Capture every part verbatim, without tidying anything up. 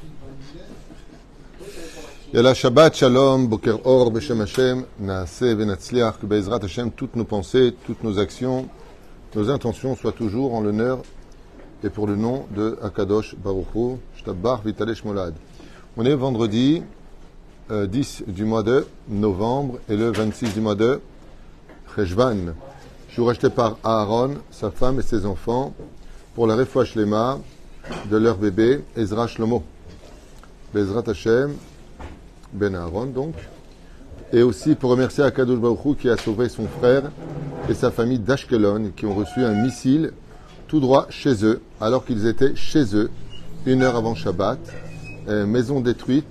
Yalla Shabbat Shalom, Boker Or, Beshem Hashem, Naaseh Venatzliach, que Be'ezrat Hashem, toutes nos pensées, toutes nos actions, nos intentions soient toujours en l'honneur et pour le nom de Akadosh Baruch Hu, Shtabbar Vitalesh Molad. On est vendredi euh, dix du mois de novembre et le vingt-six du mois de Cheshvan. Je suis racheté par Aaron, sa femme et ses enfants pour la Refoua Shlema de leur bébé, Ezra Shlomo. Be'ezrat Hashem, Ben Aaron donc, et aussi pour remercier Akadosh Baruch Hu qui a sauvé son frère et sa famille d'Ashkelon qui ont reçu un missile tout droit chez eux, alors qu'ils étaient chez eux, une heure avant Shabbat, euh, maison détruite,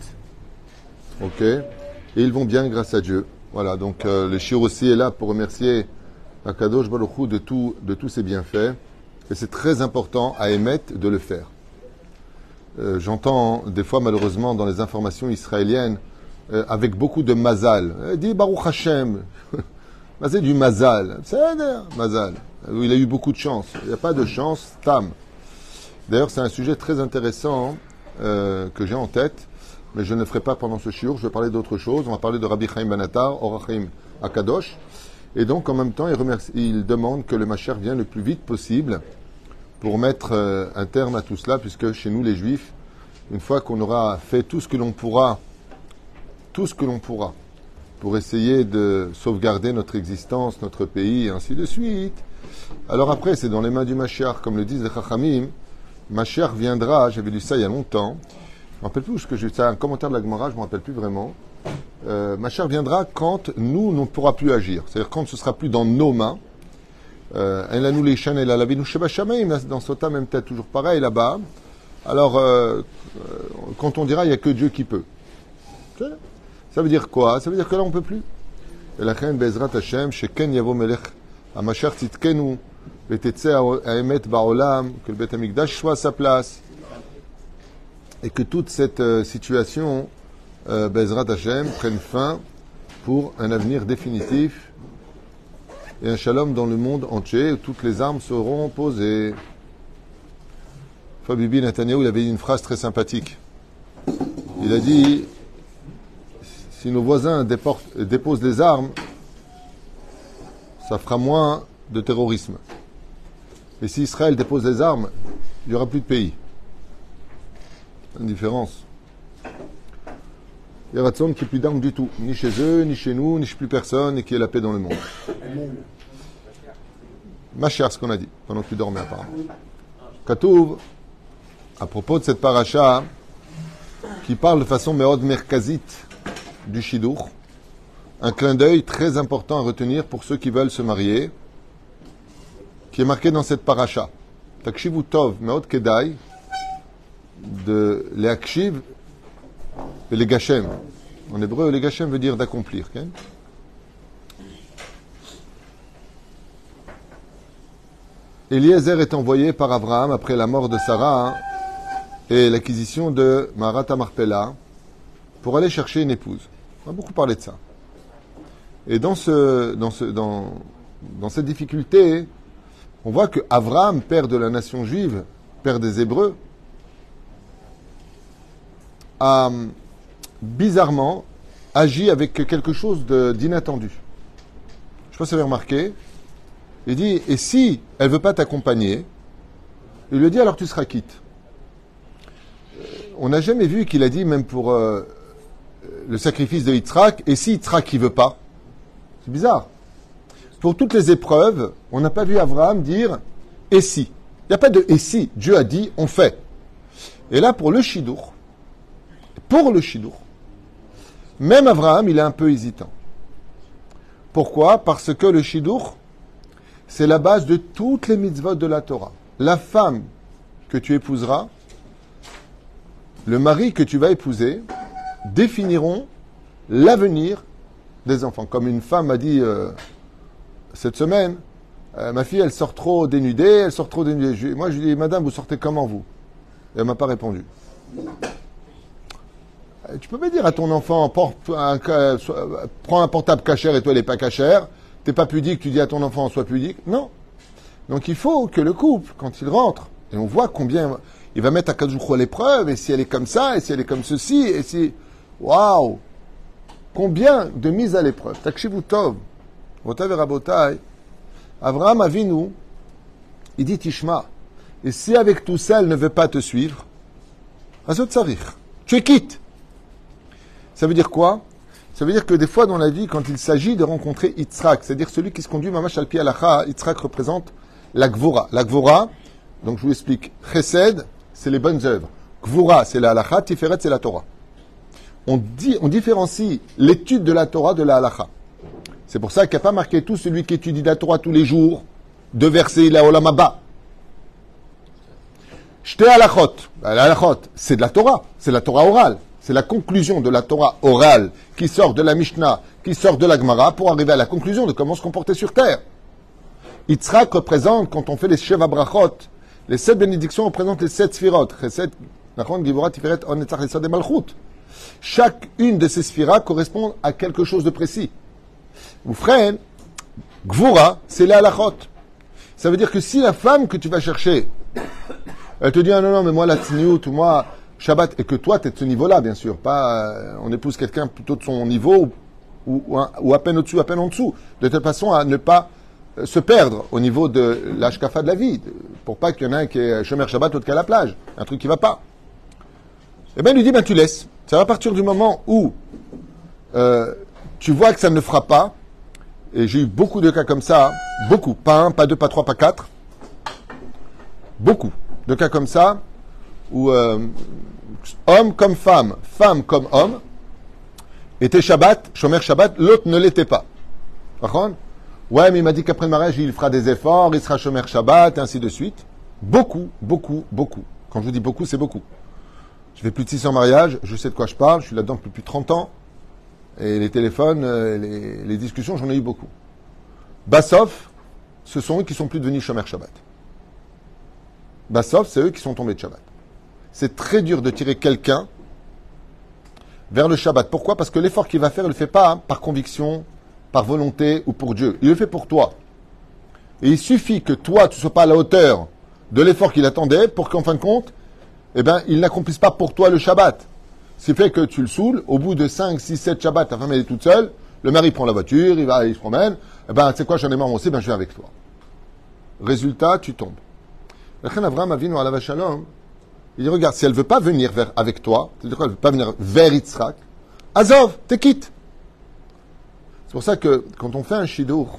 ok, et ils vont bien grâce à Dieu. Voilà, donc euh, le shir aussi est là pour remercier Akadosh Baruch Hu de, tout, de tous ses bienfaits, et c'est très important à émettre de le faire. Euh, j'entends des fois malheureusement dans les informations israéliennes, Euh, avec beaucoup de mazal. Euh, dit Baruch Hashem. C'est du mazal. C'est mazal. Il a eu beaucoup de chance. Il n'y a pas de chance, tam. D'ailleurs, c'est un sujet très intéressant euh, que j'ai en tête, mais je ne le ferai pas pendant ce shiur. Je vais parler d'autre chose. On va parler de Rabbi Chaim Ben Attar, Or HaChaim Akadosh. Et donc, en même temps, il, remercie, il demande que le Mashiach vienne le plus vite possible pour mettre euh, un terme à tout cela, puisque chez nous, les Juifs, une fois qu'on aura fait tout ce que l'on pourra tout ce que l'on pourra pour essayer de sauvegarder notre existence, notre pays, et ainsi de suite. Alors après, c'est dans les mains du Mashiach, comme le disent les Chachamim. Mashiach viendra, j'avais lu ça il y a longtemps, je ne me rappelle plus, parce que j'ai ça, un commentaire de la Gemara, je ne me rappelle plus vraiment. Euh, Mashiach viendra quand nous, on ne pourra plus agir, c'est-à-dire quand ce ne sera plus dans nos mains. Elle nous les chaînes, elle a la vie, nous dans Sota, même peut-être toujours pareil là-bas. Alors, euh, quand on dira, il n'y a que Dieu qui peut. Ça veut dire quoi? Ça veut dire que là, on ne peut plus. Et la chaîne Be'ezrat Hashem, Sheken Yavo Melech, Hamashach Tzidkenu, Vetetze Haemet Ba'olam, que le Beth Amikdash soit à sa place. Et que toute cette euh, situation, euh, Be'ezrat Hashem, prenne fin pour un avenir définitif et un shalom dans le monde entier où toutes les armes seront posées. Fabibi Netanyahu, il avait dit une phrase très sympathique. Il a dit: si nos voisins déportent, déposent des armes, ça fera moins de terrorisme. Et si Israël dépose des armes, il n'y aura plus de pays. Une différence. Il y aura de qui n'est plus d'armes du tout. Ni chez eux, ni chez nous, ni chez plus personne, et qui ait la paix dans le monde. Ma chère, ce qu'on a dit, pendant que tu dormais apparemment. Katouv, à propos de cette paracha, qui parle de façon méod merkazite du Shidour, un clin d'œil très important à retenir pour ceux qui veulent se marier, qui est marqué dans cette paracha. Takshivu tov meod kedai, de leakshiv et les gashem. En hébreu, les gashem veut dire d'accomplir. Okay? Eliezer est envoyé par Abraham après la mort de Sarah et l'acquisition de Marat Marpella pour aller chercher une épouse. On a beaucoup parlé de ça. Et dans, ce, dans, ce, dans, dans cette difficulté, on voit que Abraham, père de la nation juive, père des Hébreux, a bizarrement agi avec quelque chose de, d'inattendu. Je ne sais pas si vous avez remarqué. Il dit, et si elle ne veut pas t'accompagner, il lui dit, alors tu seras quitte. On n'a jamais vu qu'il a dit, même pour euh, le sacrifice de Yitzhak, et si Yitzhak ne veut pas? C'est bizarre. Pour toutes les épreuves, on n'a pas vu Abraham dire, et si? Il n'y a pas de et si. Dieu a dit, on fait. Et là, pour le Shidour, pour le Shidour, même Abraham, il est un peu hésitant. Pourquoi? Parce que le Shidour, c'est la base de toutes les mitzvot de la Torah. La femme que tu épouseras, le mari que tu vas épouser, définiront l'avenir des enfants. Comme une femme m'a dit euh, cette semaine, euh, ma fille, elle sort trop dénudée, elle sort trop dénudée. Je, moi, je lui dis, madame, vous sortez comment, vous? Et elle ne m'a pas répondu. Euh, tu peux pas dire à ton enfant, porte un, euh, prends un portable cachère et toi, elle n'est pas cachère. Tu n'es pas pudique, tu dis à ton enfant, sois pudique. Non. Donc, il faut que le couple, quand il rentre Et on voit combien il va mettre Akadosh Baruch Hu à l'épreuve, et si elle est comme ça, et si elle est comme ceci, et si... Waouh! Combien de mises à l'épreuve. Takshivu Tov, Rotav et Rabotai, Avraham Avinu, il dit Tishma, et si avec tout ça, elle ne veut pas te suivre, Azot Sarich, tu es quitte. Ça veut dire quoi? Ça veut dire que des fois dans la vie, quand il s'agit de rencontrer Yitzhak, c'est-à-dire celui qui se conduit Mamash al-Pi Alacha, Yitzhak représente la Gvura. La Gvura, donc je vous explique, Chesed, c'est les bonnes œuvres. Gvura, c'est la Halacha, Tiferet, c'est la Torah. On, dit, on différencie l'étude de la Torah de la Halacha. C'est pour ça qu'il n'y a pas marqué tout celui qui étudie la Torah tous les jours, de verser la Olam Haba. Shte Halachot, la Halachot, c'est de la Torah, c'est la Torah orale. C'est la conclusion de la Torah orale qui sort de la Mishnah, qui sort de la Gemara pour arriver à la conclusion de comment se comporter sur terre. Yitzhak représente, quand on fait les Sheva Brachot, les sept bénédictions représentent les sept Sphirot. Chesed, Nachon, Givora, Tiferet, On, Netzach, Esad et Malchut. Chaque une de ces Sphiras correspond à quelque chose de précis. Vous frère, Gvura, c'est la Halachot. Ça veut dire que si la femme que tu vas chercher, elle te dit, ah non, non, mais moi, la Tzniut, moi, Shabbat, et que toi, tu es de ce niveau-là, bien sûr. Pas, euh, on épouse quelqu'un plutôt de son niveau, ou, ou, ou à peine au-dessus, à peine en dessous. De telle façon à ne pas euh, se perdre au niveau de l'ashkafa de la vie. Pour pas qu'il y en ait un qui est Shomer Shabbat, l'autre qui est à la plage. Un truc qui va pas. Eh bien, il lui dit, ben, tu laisses. Ça va à partir du moment où euh, tu vois que ça ne le fera pas. Et j'ai eu beaucoup de cas comme ça. Beaucoup. Pas un, pas deux, pas trois, pas quatre. Beaucoup de cas comme ça. Où euh, homme comme femme, femme comme homme, était Shabbat, Shomer Shabbat, l'autre ne l'était pas. D'accord? Ouais, mais il m'a dit qu'après le mariage, il fera des efforts, il sera Shomer Shabbat, et ainsi de suite. Beaucoup, beaucoup, beaucoup. Quand je vous dis beaucoup, c'est beaucoup. Je fais plus de six cents mariages, je sais de quoi je parle, je suis là-dedans depuis plus de trente ans. Et les téléphones, les, les discussions, j'en ai eu beaucoup. Bassof, ce sont eux qui sont plus devenus Shomer Shabbat. Bassof, c'est eux qui sont tombés de Shabbat. C'est très dur de tirer quelqu'un vers le Shabbat. Pourquoi? Parce que l'effort qu'il va faire, il ne le fait pas hein, par conviction, par volonté ou pour Dieu. Il le fait pour toi. Et il suffit que toi, tu ne sois pas à la hauteur de l'effort qu'il attendait pour qu'en fin de compte, eh ben, il n'accomplisse pas pour toi le Shabbat. Ce qui fait que tu le saoules, au bout de cinq, six, sept Shabbats, ta femme elle est toute seule, le mari prend la voiture, il va, il se promène, eh ben, tu sais quoi, j'en ai marre moi aussi, ben, je viens avec toi. Résultat, tu tombes. Avraham Avinu alav shalom, il dit, regarde, si elle ne veut pas venir vers, avec toi, c'est-à-dire qu'elle ne veut pas venir vers Yitzhak, Azov, te quitte. C'est pour ça que, quand on fait un shidour,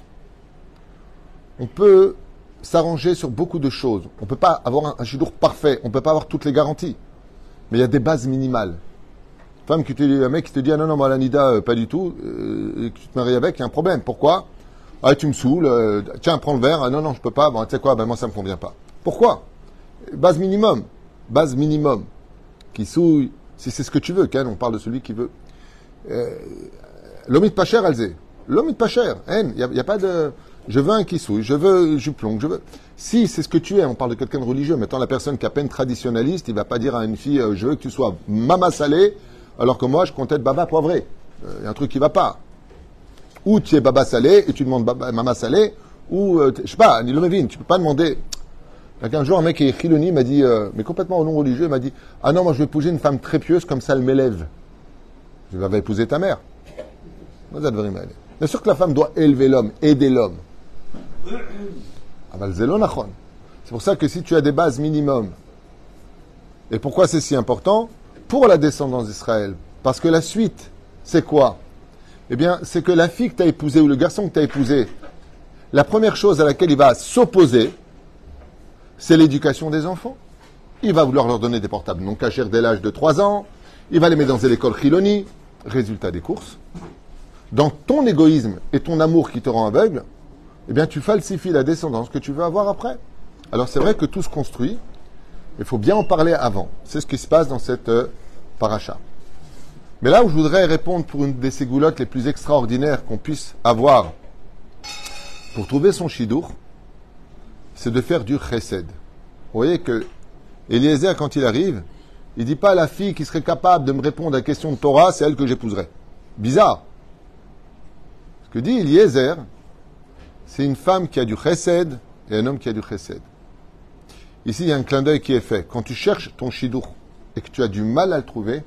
on peut s'arranger sur beaucoup de choses. On ne peut pas avoir un, un shidour parfait, on ne peut pas avoir toutes les garanties. Mais il y a des bases minimales. Femme qui te dit, un mec qui te dit, ah non, non, moi, la Nida, euh, pas du tout, euh, et que tu te maries avec, il y a un problème. Pourquoi? Ah, tu me saoules, euh, tiens, prends le verre, ah, non, non, je peux pas, bon, tu sais quoi, ben, moi, ça me convient pas. Pourquoi? Base minimum. Base minimum. Qui souille, si c'est ce que tu veux, Ken, on parle de celui qui veut. Euh, L'homme pas cher, Alzé. L'homme pas cher. Il n'y a, a pas de. Je veux un qui souille, je veux juplon, je veux. Si c'est ce que tu es, on parle de quelqu'un de religieux. Maintenant, la personne qui est à peine traditionnaliste, il ne va pas dire à une fille, euh, je veux que tu sois mama salée, alors que moi, je comptais être baba poivré. Il euh, y a un truc qui ne va pas. Ou tu es baba salé et tu demandes baba, mama salée, ou, euh, je sais pas, ni l'homme tu peux pas demander. Un jour, un mec qui est chiloni m'a dit, euh, mais complètement non religieux, m'a dit, ah non, moi je vais épouser une femme très pieuse, comme ça elle m'élève. Je vais épouser ta mère. Bien sûr que la femme doit élever l'homme, aider l'homme. C'est pour ça que si tu as des bases minimum, et pourquoi c'est si important? Pour la descendance d'Israël. Parce que la suite, c'est quoi? Eh bien, c'est que la fille que tu as épousée, ou le garçon que tu as épousé, la première chose à laquelle il va s'opposer, c'est l'éducation des enfants. Il va vouloir leur donner des portables non cachés dès l'âge de trois ans. Il va les mettre dans l'école Chiloni. Résultat des courses. Dans ton égoïsme et ton amour qui te rend aveugle, eh bien, tu falsifies la descendance que tu veux avoir après. Alors, c'est vrai que tout se construit. Il faut bien en parler avant. C'est ce qui se passe dans cette euh, paracha. Mais là où je voudrais répondre pour une des ségoulottes les plus extraordinaires qu'on puisse avoir pour trouver son shidour, c'est de faire du chesed. Vous voyez que Eliezer, quand il arrive, il dit pas à la fille qui serait capable de me répondre à la question de Torah, c'est elle que j'épouserai. Bizarre. Ce que dit Eliezer, c'est une femme qui a du chesed et un homme qui a du chesed. Ici, il y a un clin d'œil qui est fait. Quand tu cherches ton shidur et que tu as du mal à le trouver,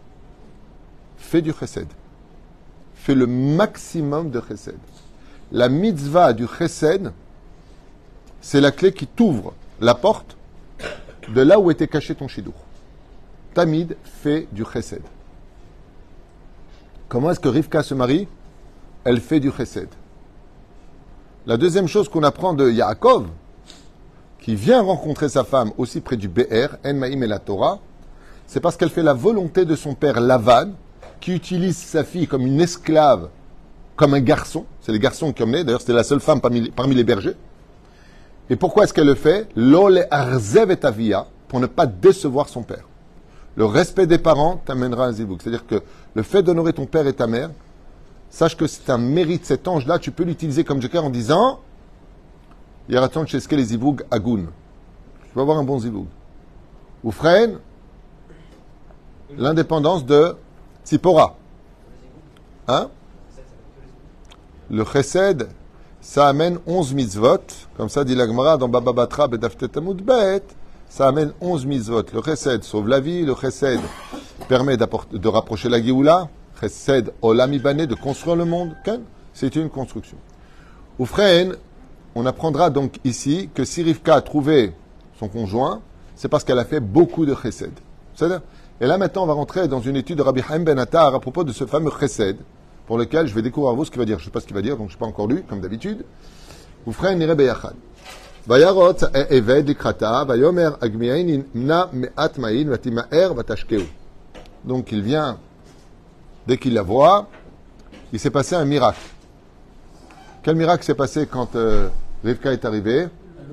fais du chesed. Fais le maximum de chesed. La mitzvah du chesed, c'est la clé qui t'ouvre la porte de là où était caché ton shidur. Tamid fait du chesed. Comment est-ce que Rivka se marie? Elle fait du chesed. La deuxième chose qu'on apprend de Yaakov, qui vient rencontrer sa femme aussi près du B R, En Maïm et la Torah, c'est parce qu'elle fait la volonté de son père Lavan, qui utilise sa fille comme une esclave, comme un garçon. C'est les garçons qui emmenaient. D'ailleurs, c'était la seule femme parmi, parmi les bergers. Et pourquoi est-ce qu'elle le fait? L'ole arzev et avia, pour ne pas décevoir son père. Le respect des parents t'amènera un zibouk. C'est-à-dire que le fait d'honorer ton père et ta mère, sache que c'est un mérite. Cet ange-là, tu peux l'utiliser comme joker en disant Yaraton cheske les zibouk agoun. Tu vas avoir un bon zibouk. Ou freine l'indépendance de Tzipora. Hein? Le chesed, ça amène onze mitzvot. Comme ça dit la Gemara dans Baba Batra Bedaftet Amud Bet. Ça amène onze mitzvot. Le chesed sauve la vie. Le chesed permet de rapprocher la Géoula. Chesed olam ibané, de construire le monde. C'est une construction. Oufrein, on apprendra donc ici que si Rivka a trouvé son conjoint, c'est parce qu'elle a fait beaucoup de chesed. C'est-à-dire, et là maintenant on va rentrer dans une étude de Rabbi Chaim Ben Attar à propos de ce fameux chesed, pour lequel je vais découvrir à vous ce qu'il va dire. Je ne sais pas ce qu'il va dire, donc je n'ai pas encore lu, comme d'habitude. Oufrein nire beyachad. Vayarot eved likrata, vayomer agmiyain mna me'at ma'in vatimaer vatashkeu. Donc il vient, dès qu'il la voit, il s'est passé un miracle. Quel miracle s'est passé quand euh, Rivka est arrivée?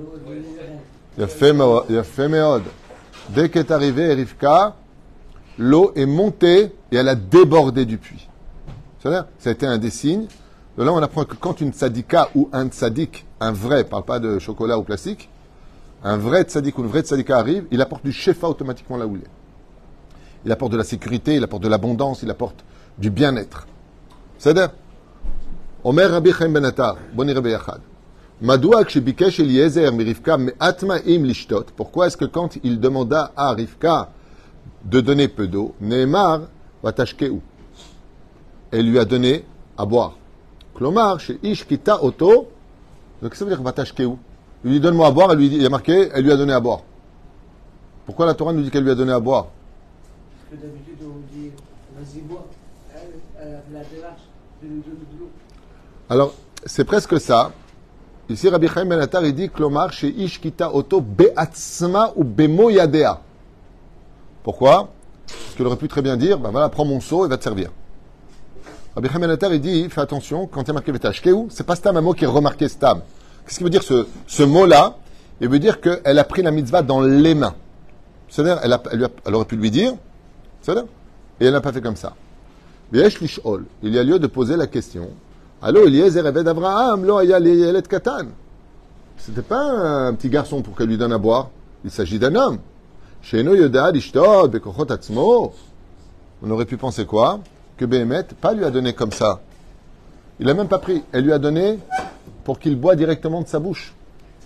Il a fait méod. Dès qu'est arrivée Rivka, l'eau est montée et elle a débordé du puits. C'est-à-dire, ça a été un des signes. De là, on apprend que quand une tzadika ou un tzadik, un vrai, ne parle pas de chocolat ou plastique, un vrai tzadik ou une vraie tzadika arrive, il apporte du shefa automatiquement là où il est. Il apporte de la sécurité, il apporte de l'abondance, il apporte du bien-être. C'est-à-dire, Omer Rabbi Chaim Ben Attar, Boni Rabbi Yachad. Madoua kshebikesh Eliezer mi Rivka me'at ma'im lishtot. Pourquoi est-ce que quand il demanda à Rivka de donner peu d'eau, Neemar vatashkeu, elle lui a donné à boire. Klomar chez Ish kita oto. Donc qu'est-ce que ça veut dire vatashkeu? Il lui dit donne-moi à boire, elle lui dit, il y a marqué, elle lui a donné à boire. Pourquoi la Torah nous dit qu'elle lui a donné à boire? Parce que d'habitude on dit vas-y bois, elle, elle a fait la démarche de nous donner de l'eau. Alors, c'est presque ça. Ici, Rabbi Chaim Ben Attar, il dit Klomar chez Ish kita oto be'atzma ou bemo yadea. Pourquoi? Parce qu'il aurait pu très bien dire ben voilà, prends mon seau et va te servir. Rabbi Chaim Ben Attar, il dit fais attention, quand il y a marqué Vetashkeu, c'est pas Stam un mot qui est remarqué Stam. Qu'est-ce qu'il veut dire ce, ce mot-là? Il veut dire qu'elle a pris la mitzvah dans les mains. C'est-à-dire, elle, a, elle, lui a, elle aurait pu lui dire, c'est-à-dire, et elle n'a pas fait comme ça. V'yesh lish'ol, il y a lieu de poser la question. Allô, Eliezer Eved Avraham, lo haya liyelet katan. C'était pas un petit garçon pour qu'elle lui donne à boire. Il s'agit d'un homme. Sheino yoda lishtot bekochot atzmo. On aurait pu penser quoi? Que Béhémet, pas lui a donné comme ça. Il a même pas pris. Elle lui a donné pour qu'il boit directement de sa bouche.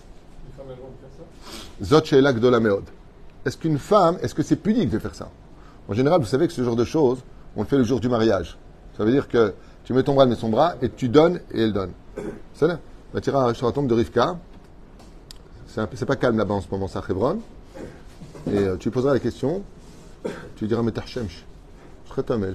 Zot she'ela gdola meod. Est-ce qu'une femme, est-ce que c'est pudique de faire ça? En général, vous savez que ce genre de choses, on le fait le jour du mariage. Ça veut dire que tu mets ton bras, elle met son bras, et tu donnes, et elle donne. C'est ça? On va tirer sur la tombe de Rivka. C'est, un, c'est pas calme là-bas en ce moment, ça, Hebron. Et euh, tu lui poseras la question. Tu lui diras, mais t'archemch. Je serai ta mêle.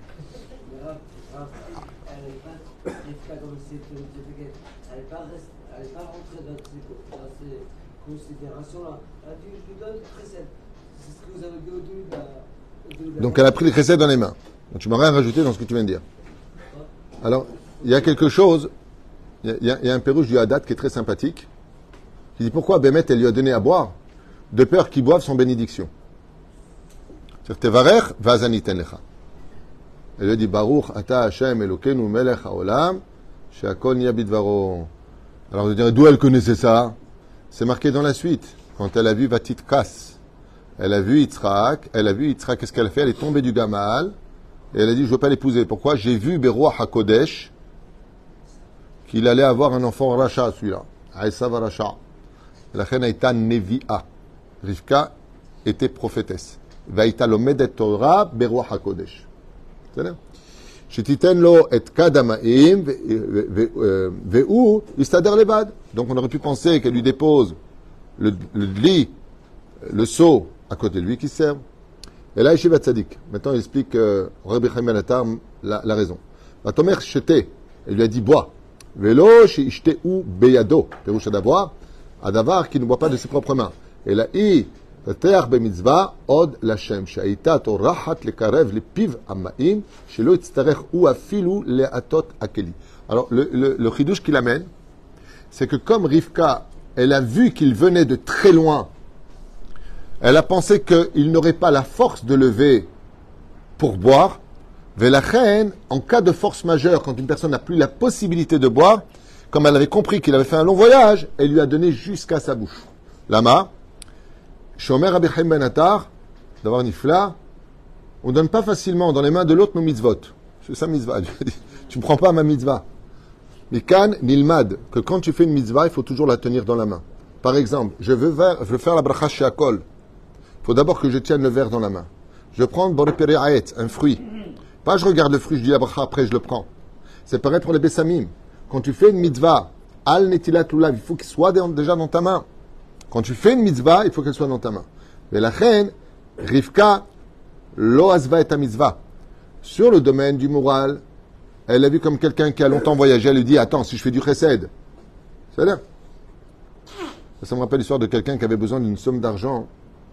Elle n'est pas rentrée dans ces, dans ces considérations-là. Elle a dit, je vous donne le chesed. C'est ce que vous avez dit au début de la... Donc elle a pris le chesed dans les mains. Donc tu m'as rien rajouté dans ce que tu viens de dire. Alors, il y a quelque chose, il y a, il y a un pérouge du Hadat qui est très sympathique, qui dit pourquoi Bémet, elle lui a donné à boire, de peur qu'il boive son bénédiction. C'est-à-dire, Tevarech vazaniten lecha. Elle lui dit, Baruch ata Hashem Elokeinu melech haolam, she'akol niya bidvaro. Alors, je dirais, d'où elle connaissait ça? C'est marqué dans la suite. Quand elle a vu Vatit Kas, elle a vu Yitzhak, elle a vu Yitzhak, qu'est-ce qu'elle a fait? Elle est tombée du gamal, et elle a dit, je ne veux pas l'épouser. Pourquoi? J'ai vu Beroa HaKodesh qu'il allait avoir un enfant Racha, celui-là. Aïssa va Racha. La reine a été Nevi'a. Rivka était prophétesse. Vaïta lomedet Torah beruach hakodesh. C'est-à-dire שתיתן לו את כד המים והוא יסתדר לבד. Donc on aurait pu penser qu'elle lui dépose le, le lit, le seau à côté de lui qui sert. Et là, Yeshiva Tzadik. Maintenant, il explique euh, Rabbi Chaim Ben Attar la, la raison. Vatomer shete, elle lui a dit bois. Velo shishte ou beyado. Pérouche d'avoir, à d'avoir qui ne boit pas de ses propres mains. Et là, i פתח במצווה עוד לשם, שהייתה טורחת לקרב לפיו המים, שלא יצטרך הוא אפילו להטות הכלי. Alors, le, le, le chidouche qu'il amène, c'est que comme Rivka, elle a vu qu'il venait de très loin, elle a pensé qu'il n'aurait pas la force de lever pour boire, mais la reine, en cas de force majeure, quand une personne n'a plus la possibilité de boire, comme elle avait compris qu'il avait fait un long voyage, elle lui a donné jusqu'à sa bouche. Lama, Shomer Rabbi Chaim Ben Attar, d'avoir nifla, on ne donne pas facilement dans les mains de l'autre nos mitzvot. C'est sa mitzvah. Tu ne prends pas ma mitzvah. Mais kan nilmad, que quand tu fais une mitzvah, il faut toujours la tenir dans la main. Par exemple, je veux faire, je veux faire la bracha sheakol. Il faut d'abord que je tienne le verre dans la main. Je prends borepere aet, un fruit. Pas je regarde le fruit, je dis la bracha, après je le prends. C'est pareil pour les bessamim. Quand tu fais une mitzvah, al netilat lulav, il faut qu'il soit déjà dans ta main. Quand tu fais une mitzvah, il faut qu'elle soit dans ta main. Mais la reine, Rivka, lo azva et ta mitzvah. Sur le domaine du moral, elle l'a vu comme quelqu'un qui a longtemps voyagé. Elle lui dit, attends, si je fais du chesed, c'est là. Ça me rappelle l'histoire de quelqu'un qui avait besoin d'une somme d'argent.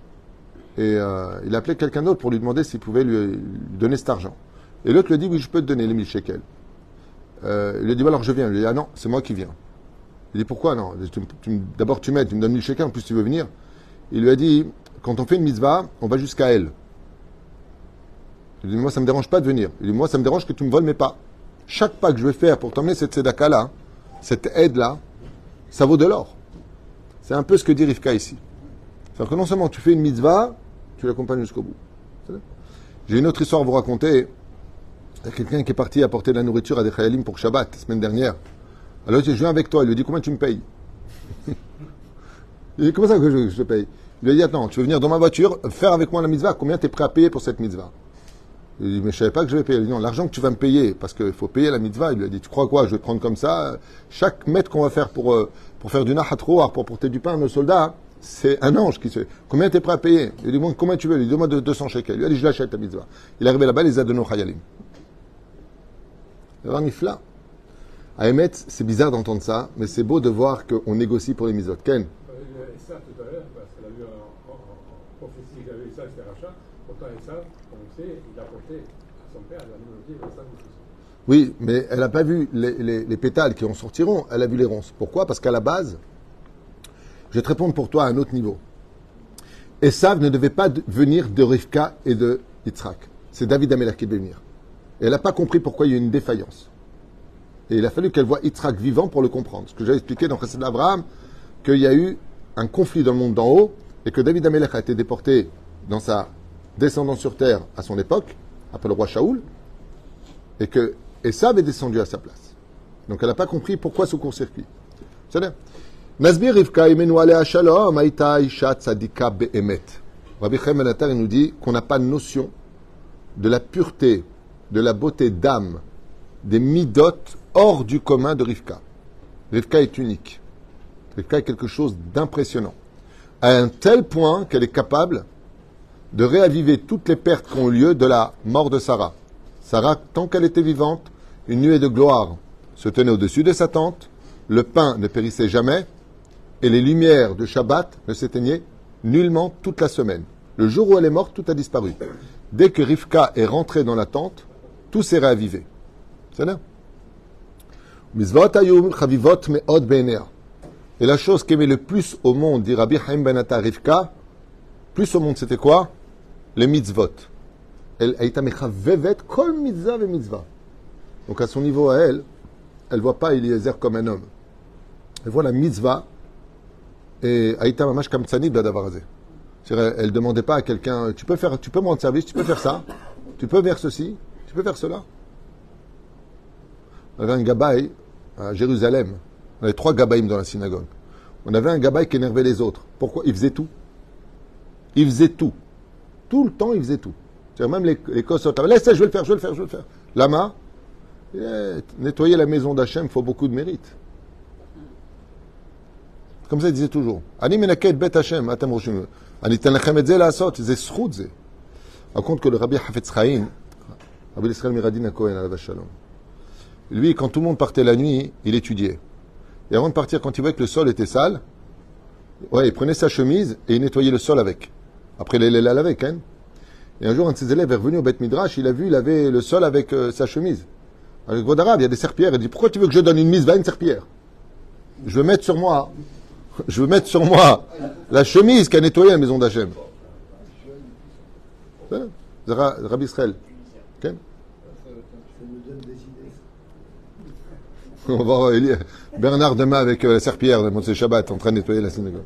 Et euh, il a appelé quelqu'un d'autre pour lui demander s'il pouvait lui, lui donner cet argent. Et l'autre lui dit, oui, je peux te donner les mille shekels. Euh, il lui a dit, alors je viens. Il lui a dit, ah non, c'est moi qui viens. Il dit, pourquoi non? tu, tu, D'abord tu m'aides, tu me donnes mille shekels, en plus tu veux venir. Il lui a dit, quand on fait une mitzvah, on va jusqu'à elle. Il dit, moi ça ne me dérange pas de venir. Il dit, moi ça me dérange que tu me voles mes pas. Chaque pas que je vais faire pour t'emmener cette tzedaka-là, cette aide-là, ça vaut de l'or. C'est un peu ce que dit Rivka ici. C'est-à-dire que non seulement tu fais une mitzvah, tu l'accompagnes jusqu'au bout. J'ai une autre histoire à vous raconter. Il y a quelqu'un qui est parti apporter de la nourriture à des chayalim pour Shabbat, la semaine dernière. Alors, je viens avec toi. Il lui dit, combien tu me payes? Il dit, comment ça que je, je te paye? Il lui a dit, attends, tu veux venir dans ma voiture, faire avec moi la mitzvah, combien tu es prêt à payer pour cette mitzvah? Il lui dit, mais je savais pas que je vais payer. Il lui dit, non, l'argent que tu vas me payer, parce qu'il faut payer la mitzvah. Il lui a dit, tu crois quoi? Je vais te prendre comme ça. Chaque mètre qu'on va faire pour, euh, pour faire du nahat roar, pour porter du pain à nos soldats, c'est un ange qui se fait. Combien tu es prêt à payer? Il lui dit, bon, combien tu veux? Il lui dit, donne-moi deux cents shekels. Il lui a dit, je l'achète ta mitzvah. Il est arrivé là-bas, il les a donnés au chayalim. Il y a un ifla. À Emet, c'est bizarre d'entendre ça, mais c'est beau de voir qu'on négocie pour les mitzvot. Ken? Et ça, tout à l'heure, parce qu'elle a vu en, en, en prophétie qu'il avait eu ça, c'était rachat. Pourtant, et ça, on le sait, il a porté à son père, il a dit, ça, vous. Oui, mais elle n'a pas vu les, les, les pétales qui en sortiront, elle a vu les ronces. Pourquoi? Parce qu'à la base, je vais te répondre pour toi à un autre niveau. Esav ne devait pas venir de Rivka et de Yitzhak. C'est David Amelach qui devait venir. Et elle n'a pas compris pourquoi il y a eu une défaillance. Et il a fallu qu'elle voie Yitzhak vivant pour le comprendre. Ce que j'ai expliqué dans Chesed Abraham, qu'il y a eu un conflit dans le monde d'en haut et que David Amelech a été déporté dans sa descendance sur terre à son époque, après le roi Shaoul, et que Esav est descendu à sa place. Donc elle n'a pas compris pourquoi ce court-circuit. C'est-à-dire, Nazbir Rivka imenu alea shalom aïta isha tzadika be'emet. Rabbi Chaim Ben Attar, il nous dit qu'on n'a pas de notion de la pureté, de la beauté d'âme, des midot hors du commun de Rivka. Rivka est unique. Rivka est quelque chose d'impressionnant. À un tel point qu'elle est capable de réaviver toutes les pertes qui ont eu lieu de la mort de Sarah. Sarah, tant qu'elle était vivante, une nuée de gloire se tenait au-dessus de sa tente, le pain ne périssait jamais, et les lumières de Shabbat ne s'éteignaient nullement toute la semaine. Le jour où elle est morte, tout a disparu. Dès que Rivka est rentrée dans la tente, tout s'est réavivé. C'est là. Et la chose qu'aimait le plus au monde, dit Rabbi Chaim Ben Attar Rivka, plus au monde, c'était quoi? Les mitzvot. Elle a été mechavevet kol mitzvah ve mitzvah. Donc à son niveau à elle, elle voit pas Eliezer comme un homme. Elle voit la mitzvah et Aïta mamash kamtsani b'adavar. Elle ne demandait pas à quelqu'un, tu peux faire, tu peux me rendre service, tu peux faire ça, tu peux faire ceci, tu peux faire cela. On avait un gabaï à Jérusalem. On avait trois gabaïms dans la synagogue. On avait un gabaï qui énervait les autres. Pourquoi? Il faisait tout. il faisait tout. Tout le temps, il faisait tout. C'est-à-dire même les, les kosot. Laisse, je vais le faire, je vais le faire, je vais le faire. Lama, eh, nettoyer la maison d'Hachem, il faut beaucoup de mérite. Comme ça, il disait toujours. Ani menaket bet Hachem, atem roshim. Ani tenachem et ze la asot, ze schut ze. On compte que le Rabbi Hafetz Chaim, Rabbi Israël Miradin Cohen, à la Shalom, lui, quand tout le monde partait la nuit, il étudiait. Et avant de partir, quand il voyait que le sol était sale, ouais, il prenait sa chemise et il nettoyait le sol avec. Après, il allait avec, hein. Et un jour, un de ses élèves est revenu au Beth Midrash, il a vu, il avait le sol avec euh, sa chemise. Avec le d'arabe, il y a des serpillères. Il dit, pourquoi tu veux que je donne une mise, va une serpillière? Je veux mettre sur moi, je veux mettre sur moi la chemise qui a nettoyé la maison d'Hachem. Rabbi Israël. Okay? On va voir Bernard demain avec euh, la serpillière de Monsei Shabbat en train de nettoyer la synagogue.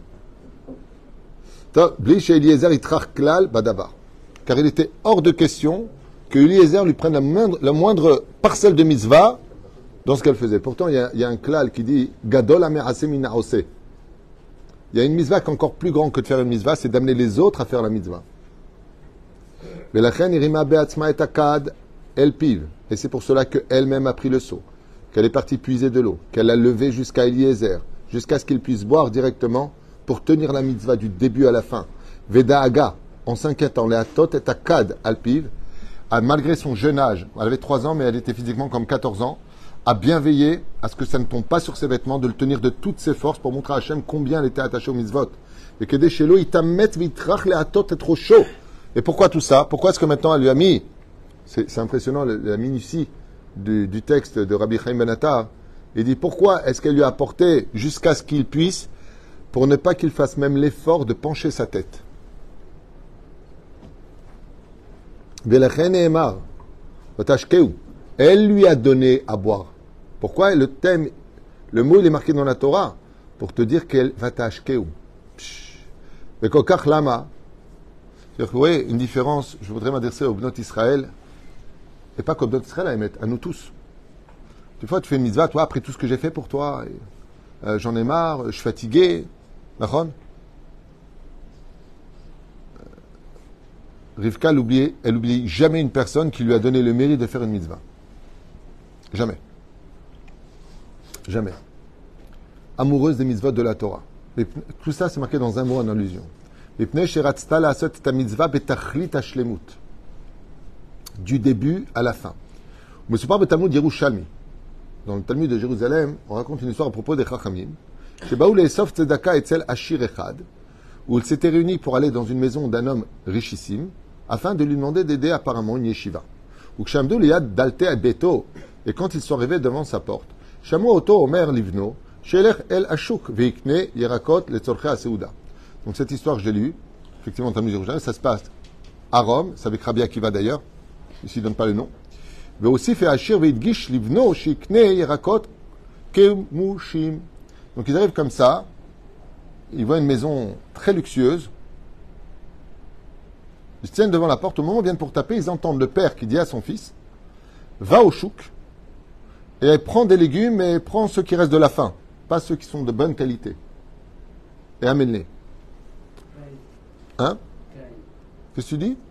Bli chez Eliezer Yitrach Klal Badavar. Car il était hors de question que Eliezer lui prenne la moindre, la moindre parcelle de mitzvah dans ce qu'elle faisait. Pourtant, il y a, il y a un klal qui dit Gadol Amerase Mina Ose. Il y a une mitzvah qui est encore plus grande que de faire une mitzvah, c'est d'amener les autres à faire la mitzvah. Velachen irima beatzma et akad el piv. Et c'est pour cela qu'elle-même a pris le seau, qu'elle est partie puiser de l'eau, qu'elle l'a levé jusqu'à Eliezer, jusqu'à ce qu'il puisse boire directement pour tenir la mitzvah du début à la fin. Veda Aga, en s'inquiétant, les atot et akad al piv, a, malgré son jeune âge, elle avait trois ans, mais elle était physiquement comme quatorze ans, a bien veillé à ce que ça ne tombe pas sur ses vêtements, de le tenir de toutes ses forces pour montrer à Hachem combien elle était attachée au mitzvot. Et que des chez l'eau, il tamet vitrach les atot est trop chaud. Et pourquoi tout ça? Pourquoi est-ce que maintenant elle lui a mis, c'est, c'est impressionnant la minutie du, du texte de Rabbi Chaim Ben Attar, il dit pourquoi est-ce qu'elle lui a apporté jusqu'à ce qu'il puisse, pour ne pas qu'il fasse même l'effort de pencher sa tête. Elle lui a donné à boire. Pourquoi? Le thème, le mot il est marqué dans la Torah pour te dire qu'elle va t'ashkeu. Mais kokach lama. C'est-à-dire que vous voyez une différence, je voudrais m'adresser au Bnot Israël, et pas qu'au Bnot Israël, à émettre, à nous tous. Des fois, tu fais une mitzvah, toi, après tout ce que j'ai fait pour toi, et, euh, j'en ai marre, je suis fatigué. D'accord? Rivka, elle oublie, elle oublie jamais une personne qui lui a donné le mérite de faire une mitzvah. Jamais. Jamais. Amoureuse des mitzvahs de la Torah. Et tout ça, c'est marqué dans un mot en allusion. Du début à la fin. Mais c'est pas le Talmud Yerushalmi. Dans le Talmud de Jérusalem, on raconte une histoire à propos des Chachamim. Chez Baoul et Sof Tzedaka et Tzel Ashir Echad, où ils s'étaient réunis pour aller dans une maison d'un homme richissime, afin de lui demander d'aider apparemment une yeshiva. Ou Kshamdou Liad Dalte Beto, et quand ils sont arrivés devant sa porte, Shamu Oto Omer Livno, Shelech El Ashuk Veikne Yerakot Le Tzorche Aseuda. Donc cette histoire, je l'ai lue, effectivement, dans le Jérusalem, ça se passe à Rome, c'est avec Rabbi Akiva d'ailleurs, ici il ne donne pas le nom. Mais aussi fait Ashir Veidgish Livno Shikne Yerakot Kemushim. Donc ils arrivent comme ça, ils voient une maison très luxueuse, ils se tiennent devant la porte, au moment où ils viennent pour taper, ils entendent le père qui dit à son fils, va au chouk, et prends des légumes et prends ceux qui restent de la faim, pas ceux qui sont de bonne qualité, et amène-les. Hein? Qu'est-ce que tu dis?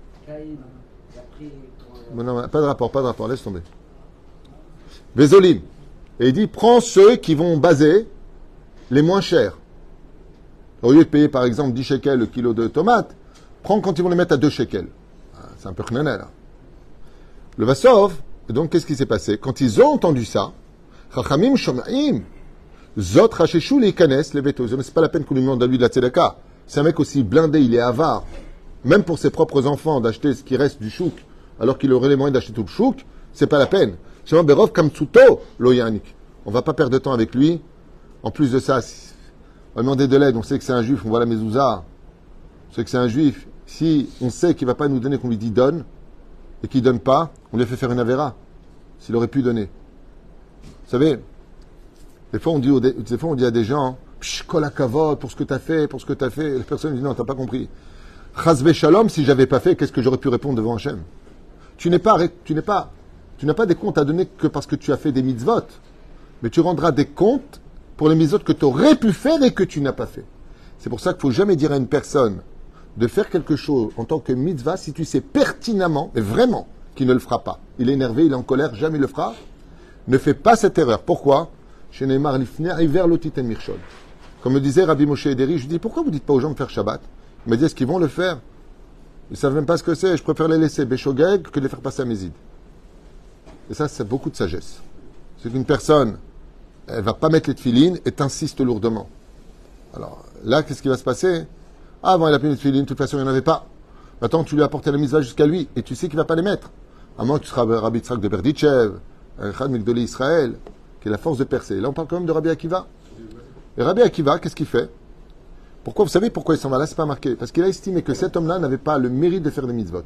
Non, non, pas de rapport, pas de rapport, laisse tomber. Bézolim. Et il dit, prends ceux qui vont baser les moins chers. Au lieu de payer par exemple dix shekels le kilo de tomates, prends quand ils vont les mettre à deux shekels. Ah, c'est un peu chnanel, là. Le Vassov, donc qu'est-ce qui s'est passé? Quand ils ont entendu ça, Chachamim Shoma'im, Zot Racheshou les Kanes, les Betos. C'est pas la peine qu'on lui demande à lui de la tzedaka. C'est un mec aussi blindé, il est avare. Même pour ses propres enfants, d'acheter ce qui reste du chouk, alors qu'il aurait les moyens d'acheter tout le chouk, c'est pas la peine. Shema Berov Kamtsuto, Loyanik. On va pas perdre de temps avec lui. En plus de ça, on va demander de l'aide, on sait que c'est un juif, on voit la mezouza. On sait que c'est un juif. Si on sait qu'il va pas nous donner, qu'on lui dit donne, et qu'il donne pas, on lui a fait faire une avéra. S'il aurait pu donner. Vous savez, des fois on dit, des fois on dit à des gens, psh, kol hakavod, pour ce que tu as fait, pour ce que tu as fait. Et la personne dit non, t'as pas compris. Chazve shalom, si j'avais pas fait, qu'est-ce que j'aurais pu répondre devant Hachem? Tu n'es pas, tu n'es pas, tu n'as pas des comptes à donner que parce que tu as fait des mitzvot. Mais tu rendras des comptes pour les mitzvot que tu aurais pu faire et que tu n'as pas fait. C'est pour ça qu'il ne faut jamais dire à une personne, de faire quelque chose en tant que mitzvah si tu sais pertinemment, et vraiment, qu'il ne le fera pas. Il est énervé, il est en colère, jamais il le fera. Ne fais pas cette erreur. Pourquoi? Chez Neymar Lifner, Iver Lotiten Mirchol. Comme me disait Rabbi Moshe Ederi, je lui dis, pourquoi vous dites pas aux gens de faire Shabbat? Il m'a dit, est-ce qu'ils vont le faire? Ils savent même pas ce que c'est. Je préfère les laisser Béchogeg que de les faire passer à Mézid. Et ça, c'est beaucoup de sagesse. C'est qu'une personne, elle va pas mettre les tefilines et t'insiste lourdement. Alors, là, qu'est-ce qui va se passer? Ah, avant, il a pris les tefilines, de toute façon, il n'y en avait pas. Maintenant, tu lui as apporté la mitzvah jusqu'à lui, et tu sais qu'il ne va pas les mettre. À moins que tu seras Rabbi Tzrak de Berditchev, un Chad Migdolé Israël, qui est la force de percer. Là, on parle quand même de Rabbi Akiva. Et Rabbi Akiva, qu'est-ce qu'il fait? Pourquoi? Vous savez pourquoi il s'en va là? C'est pas marqué. Parce qu'il a estimé que cet homme-là n'avait pas le mérite de faire des mitzvot.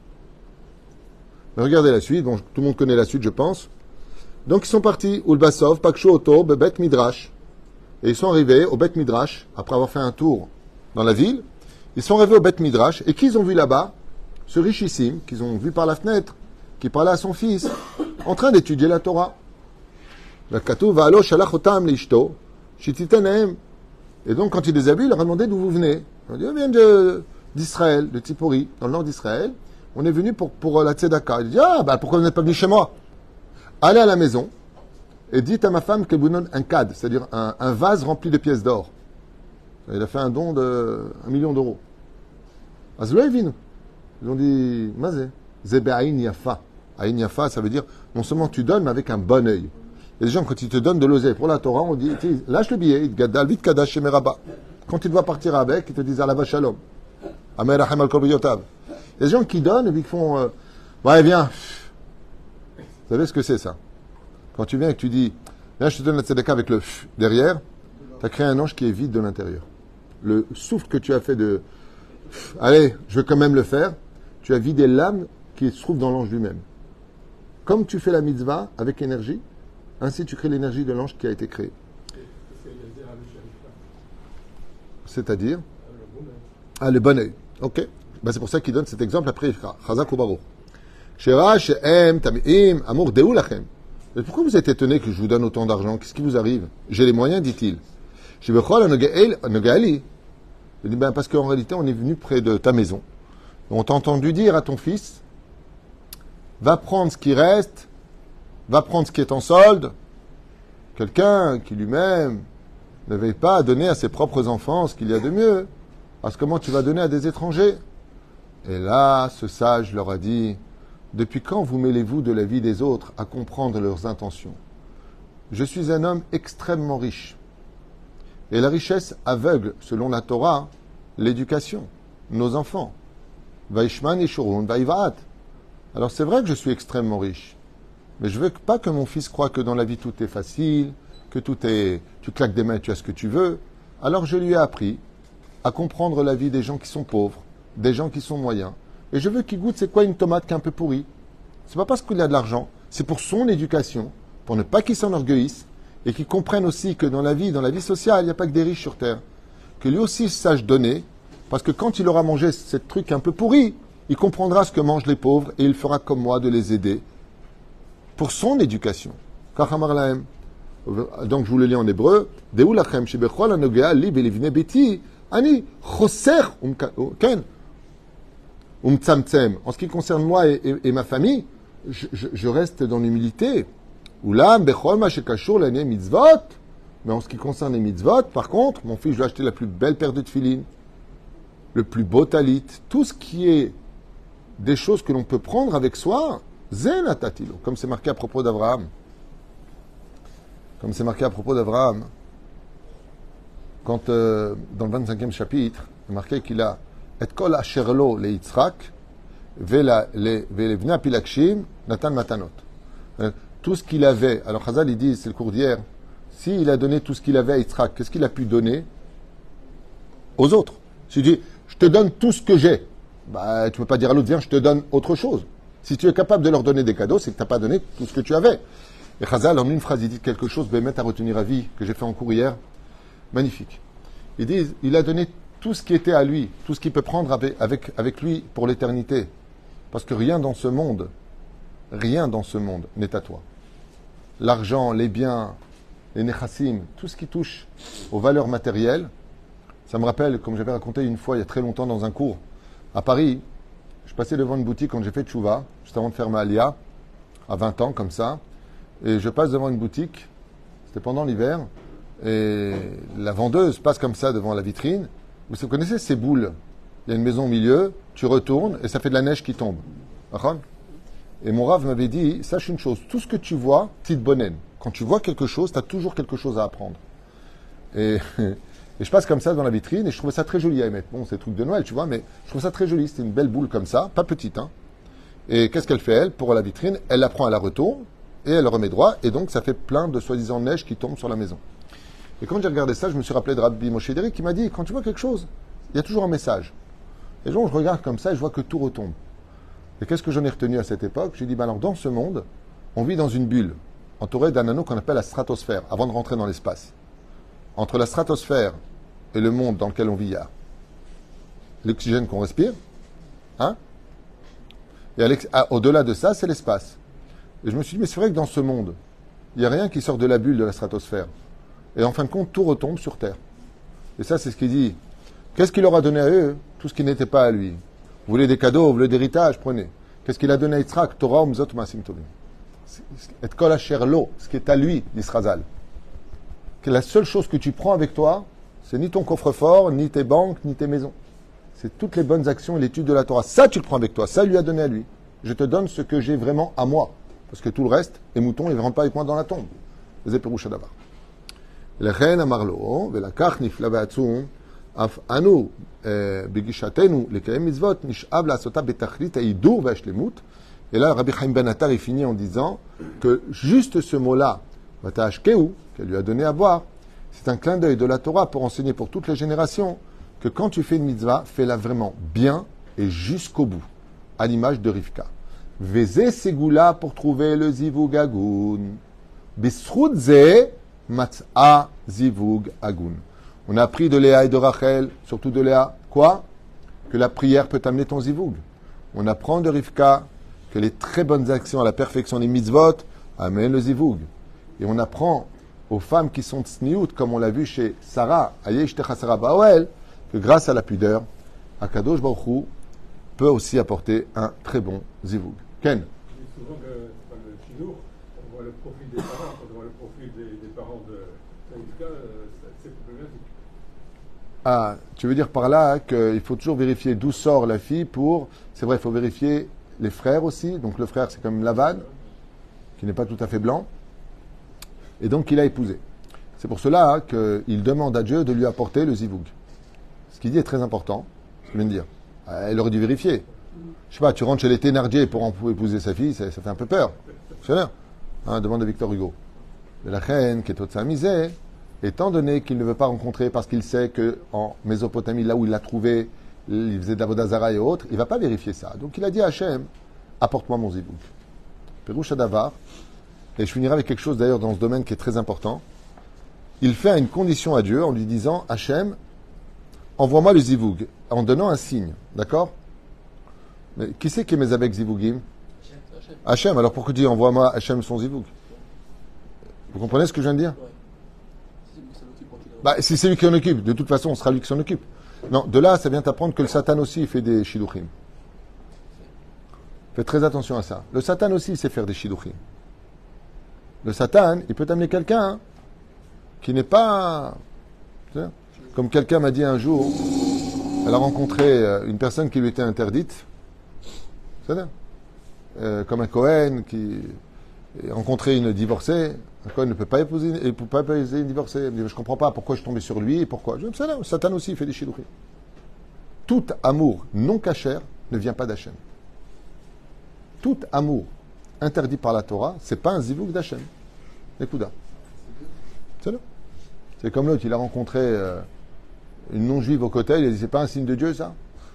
Mais regardez la suite. Bon, tout le monde connaît la suite, je pense. Donc, ils sont partis. Ulbasov, Pakshu Oto, Bet Midrash. Et ils sont arrivés au Bet Midrash, après avoir fait un tour dans la ville. Ils sont arrivés au Bet Midrash. Et qui ils ont vu là-bas? Ce richissime, qu'ils ont vu par la fenêtre, qui parlait à son fils, en train d'étudier la Torah. La Katou va alo shalach otam l'ishto, shititenem. Et donc, quand il les a vus, il leur a demandé d'où vous venez. Ils ont dit, on vient de, d'Israël, de Tzipori, dans le nord d'Israël. On est venu pour, pour la tzedaka. Il dit, ah, bah, pourquoi vous n'êtes pas venu chez moi? Allez à la maison et dites à ma femme qu'elle vous donne un cad, c'est-à-dire un, un vase rempli de pièces d'or. Il a fait un don de un million d'euros. Azloevin. Ils ont dit, mazé. Zebe aïn yafa. Aïn yafa, ça veut dire, non seulement tu donnes, mais avec un bon œil. Et les gens, quand ils te donnent de l'oseille pour la Torah, on dit, lâche le billet, il gadal vite kadash chez Meraba. Quand tu dois partir avec, ils te disent, alava shalom. Amer achem al korbiyotav. Les gens qui donnent, et puis qui font, euh, ouais, viens. Vous savez ce que c'est, ça? Quand tu viens et que tu dis, viens, je te donne la tzedaka avec le f derrière, tu as créé un ange qui est vide de l'intérieur. Le souffle que tu as fait de, allez, je veux quand même le faire, tu as vidé l'âme qui se trouve dans l'ange lui-même. Comme tu fais la mitzvah avec énergie, ainsi tu crées l'énergie de l'ange qui a été créé. C'est-à-dire ah, le bon œil. Ok. Ben, c'est pour ça qu'il donne cet exemple après Chazak ou Baruch. Shera, Shehem, Tamim, Amour, Deou Lachem. Mais pourquoi vous êtes étonné que je vous donne autant d'argent? Qu'est-ce qui vous arrive? J'ai les moyens, dit-il. Je dis, ben, parce qu'en réalité, on est venu près de ta maison. On t'a entendu dire à ton fils, va prendre ce qui reste, va prendre ce qui est en solde. Quelqu'un qui lui-même ne veille pas à donner à ses propres enfants ce qu'il y a de mieux. Parce que comment tu vas donner à des étrangers? Et là, ce sage leur a dit, depuis quand vous mêlez-vous de la vie des autres à comprendre leurs intentions? Je suis un homme extrêmement riche. Et la richesse aveugle, selon la Torah, l'éducation, nos enfants. Vaishman et Shurun, Vaïvaat. Alors c'est vrai que je suis extrêmement riche. Mais je veux pas que mon fils croie que dans la vie tout est facile, que tout est, tu claques des mains et tu as ce que tu veux. Alors je lui ai appris à comprendre la vie des gens qui sont pauvres, des gens qui sont moyens. Et je veux qu'il goûte c'est quoi une tomate qui est un peu pourrie. C'est pas parce qu'il a de l'argent, c'est pour son éducation, pour ne pas qu'il s'enorgueillisse et qu'il comprenne aussi que dans la vie, dans la vie sociale, il n'y a pas que des riches sur terre. Que lui aussi sache donner, parce que quand il aura mangé ce truc un peu pourri, il comprendra ce que mangent les pauvres et il fera comme moi de les aider pour son éducation. Donc je vous le lis en hébreu. Ani choser ken umtzamtzem. En ce qui concerne moi et, et, et ma famille, je, je, je reste dans l'humilité. Ulam bechol ma shekashur l'année mitzvot. Mais en ce qui concerne les mitzvot, par contre, mon fils, je lui ai acheté la plus belle paire de tefilines, le plus beau talit, tout ce qui est des choses que l'on peut prendre avec soi, zen atatilo, comme c'est marqué à propos d'Abraham. Comme c'est marqué à propos d'Abraham. Quand, euh, dans le vingt-cinquième chapitre, il est marqué qu'il a et kol asherlo le Yitzhak, velevna pilakshim, natan matanot. Tout ce qu'il avait, alors Chazal il dit, c'est le cours d'hier, s'il a donné tout ce qu'il avait à Yitzhak, qu'est-ce qu'il a pu donner aux autres? S'il dit, je te donne tout ce que j'ai, bah, tu ne peux pas dire à l'autre, viens, je te donne autre chose. Si tu es capable de leur donner des cadeaux, c'est que tu n'as pas donné tout ce que tu avais. Et Chazal, en une phrase, il dit quelque chose, Bémet à retenir à vie, que j'ai fait en cours hier. Magnifique. Ils disent, il a donné tout ce qui était à lui, tout ce qu'il peut prendre avec, avec, avec lui pour l'éternité. Parce que rien dans ce monde, rien dans ce monde n'est à toi. L'argent, les biens, les nechassim, tout ce qui touche aux valeurs matérielles, Ça me rappelle, comme j'avais raconté une fois, il y a très longtemps, dans un cours, à Paris, je passais devant une boutique quand j'ai fait tchouva, juste avant de faire ma alia, à vingt ans, comme ça, et je passe devant une boutique, c'était pendant l'hiver, et la vendeuse passe comme ça devant la vitrine. Vous connaissez ces boules? Il y a une maison au milieu, tu retournes, et ça fait de la neige qui tombe. Et mon Rav m'avait dit, sache une chose, tout ce que tu vois, petite bonne. Quand tu vois quelque chose, tu as toujours quelque chose à apprendre. Et, et je passe comme ça dans la vitrine, et je trouvais ça très joli à émettre. Bon, c'est le truc de Noël, tu vois, mais je trouve ça très joli. C'était une belle boule comme ça, pas petite, hein. Et qu'est-ce qu'elle fait, elle, pour la vitrine? Elle la prend à la retourne, et elle le remet droit, et donc ça fait plein de soi-disant neige qui tombe sur la maison. Et quand j'ai regardé ça, je me suis rappelé de Rabbi Moshe Deri qui m'a dit, quand tu vois quelque chose, il y a toujours un message. Et donc je regarde comme ça, et je vois que tout retombe. Et qu'est-ce que j'en ai retenu à cette époque? J'ai dit, ben alors dans ce monde, on vit dans une bulle, entourée d'un anneau qu'on appelle la stratosphère, avant de rentrer dans l'espace. Entre la stratosphère et le monde dans lequel on vit, il y a l'oxygène qu'on respire, hein? Et à au-delà de ça, c'est l'espace. Et je me suis dit, mais c'est vrai que dans ce monde, il n'y a rien qui sort de la bulle de la stratosphère. Et en fin de compte, tout retombe sur Terre. Et ça, c'est ce qu'il dit. Qu'est-ce qu'il leur a donné à eux? Tout ce qui n'était pas à lui. Vous voulez des cadeaux, vous voulez des héritages, prenez. Qu'est-ce qu'il a donné à Yitzhak? Torah, Umzot, Masim Tovim. Et Kol Asher Lo, ce qui est à lui, l'Israzal. Que la seule chose que tu prends avec toi, c'est ni ton coffre-fort, ni tes banques, ni tes maisons. C'est toutes les bonnes actions et l'étude de la Torah. Ça, tu le prends avec toi. Ça, lui a donné à lui. Je te donne ce que j'ai vraiment à moi. Parce que tout le reste, les moutons, ils ne rentrent pas avec moi dans la tombe. Les éperouches d'abord. לכן אמר לו, ולקח נפלא ועצום, אף אנו בגישתנו לקיים מצוות, נשאב לעשותה בתכלית ההידור והשלמות. Et là, Rabbi Chaim Ben Attar, il finit en disant que juste ce mot-là, Vatashkeu, qu'elle lui a donné à boire, c'est un clin d'œil de la Torah pour enseigner pour toutes les générations que quand tu fais une mitzvah, fais-la vraiment bien et jusqu'au bout, à l'image de Rivka. Vezé Segula pour trouver le zivug agun. Bisrut ze mat'a zivug agun. On a appris de Léa et de Rachel, surtout de Léa, quoi? Que la prière peut amener ton zivug. On apprend de Rivka que les très bonnes actions à la perfection des mitzvot amènent le zivug. Et on apprend aux femmes qui sont tsniout, comme on l'a vu chez Sarah, Ayesh Techa Sarah Baoel, que grâce à la pudeur, Akadosh Baruch Hu peut aussi apporter un très bon zivug. Ken? Je dis souvent que dans le chinois, on voit le profil des parents, quand on voit le profil des, des parents de Rivka, c'est problématique. Ah, tu veux dire par là qu'il faut toujours vérifier d'où sort la fille pour... C'est vrai, il faut vérifier les frères aussi. Donc le frère, c'est comme Lavan, qui n'est pas tout à fait blanc. Et donc il a épousé. C'est pour cela qu'il demande à Dieu de lui apporter le zivug. Ce qu'il dit est très important, ce qu'il vient de dire. Elle aurait dû vérifier. Je sais pas, tu rentres chez les Thénardier pour en épouser sa fille, ça, ça fait un peu peur. C'est l'air. Hein, demande à Victor Hugo. Mais la reine, qui est toute sa misère, étant donné qu'il ne veut pas rencontrer parce qu'il sait qu'en Mésopotamie, là où il l'a trouvé, il faisait de la Vodazara et autres, il ne va pas vérifier ça. Donc il a dit à Hachem, apporte-moi mon zivug. Pérouche Adavar, et je finirai avec quelque chose d'ailleurs dans ce domaine qui est très important. Il fait une condition à Dieu en lui disant, Hachem, envoie-moi le zivug, en donnant un signe, d'accord? Mais qui c'est qui est mes avec zivugim? Hachem. Alors pourquoi tu dis envoie-moi Hachem son zivug? Vous comprenez ce que je viens de dire? Bah, si c'est lui qui en occupe, de toute façon, on sera lui qui s'en occupe. Non, de là, ça vient t'apprendre que le Satan aussi fait des shidduchim. Faites très attention à ça. Le Satan aussi, il sait faire des shidduchim. Le Satan, il peut t'amener quelqu'un hein, qui n'est pas... Comme quelqu'un m'a dit un jour, elle a rencontré une personne qui lui était interdite. C'est ça euh, Comme un Cohen qui a rencontré une divorcée. Un Cohen ne peut pas épouser, il peut pas épouser une divorcée. Elle me dit, je ne comprends pas pourquoi je suis tombé sur lui et pourquoi. Je dis, ça, le Satan aussi, il fait des shidduchim. Tout amour non cachère ne vient pas d'Hachem. Tout amour interdit par la Torah, c'est pas un zivug d'Hachem. Écoute, c'est là. C'est comme l'autre, il a rencontré euh, une non-juive au côté, il a dit, c'est pas un signe de Dieu, ça?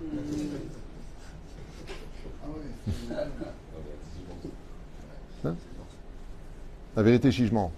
Hein? La vérité, chigement.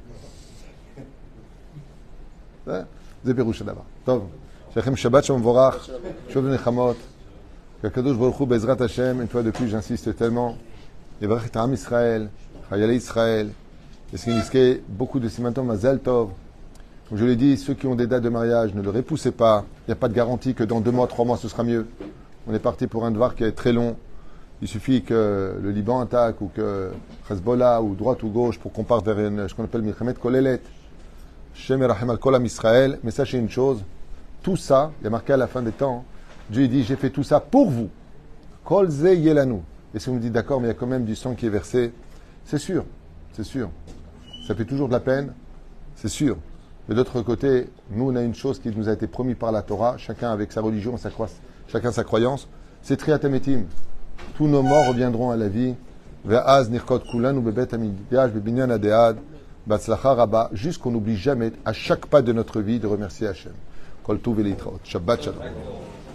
זה פירוש הדבר. טוב, שיהיה לכם שבת שלום מבורך, שוב נחמות, qu'Akadosh Baruch Hu, Bezrat Hashem, une fois de plus, j'insiste tellement, יברך את עם ישראל, חיילי ישראל, et ce qui risquait beaucoup de Simantom Mazel Tov, Comme je l'ai dit, ceux qui ont des dates de mariage, ne le repoussez pas. Il n'y a pas de garantie que dans deux mois, trois mois, ce sera mieux. On est parti pour un devoir qui est très long. Il suffit que le Liban attaque ou que Hezbollah ou droite ou gauche pour qu'on parte vers une, ce qu'on appelle Milchemet Kolelet. Shem Erachem al Kolam Israël. Mais sachez une chose, tout ça, il y a marqué à la fin des temps, Dieu dit, j'ai fait tout ça pour vous. Kol ze yelanu. Et si vous me dites, d'accord, mais il y a quand même du sang qui est versé, c'est sûr, c'est sûr. Ça fait toujours de la peine, c'est sûr. Mais d'autre côté, nous, on a une chose qui nous a été promise par la Torah, chacun avec sa religion, sa croix, chacun sa croyance, c'est Triatametim. Tous nos morts reviendront à la vie. Ve'az nirkot kulan ou bebet amigdash bebinyan adead batzlacha rabba, jusqu'on n'oublie jamais, à chaque pas de notre vie, de remercier Hachem. Kol tuv v'leitraot. Shabbat shalom.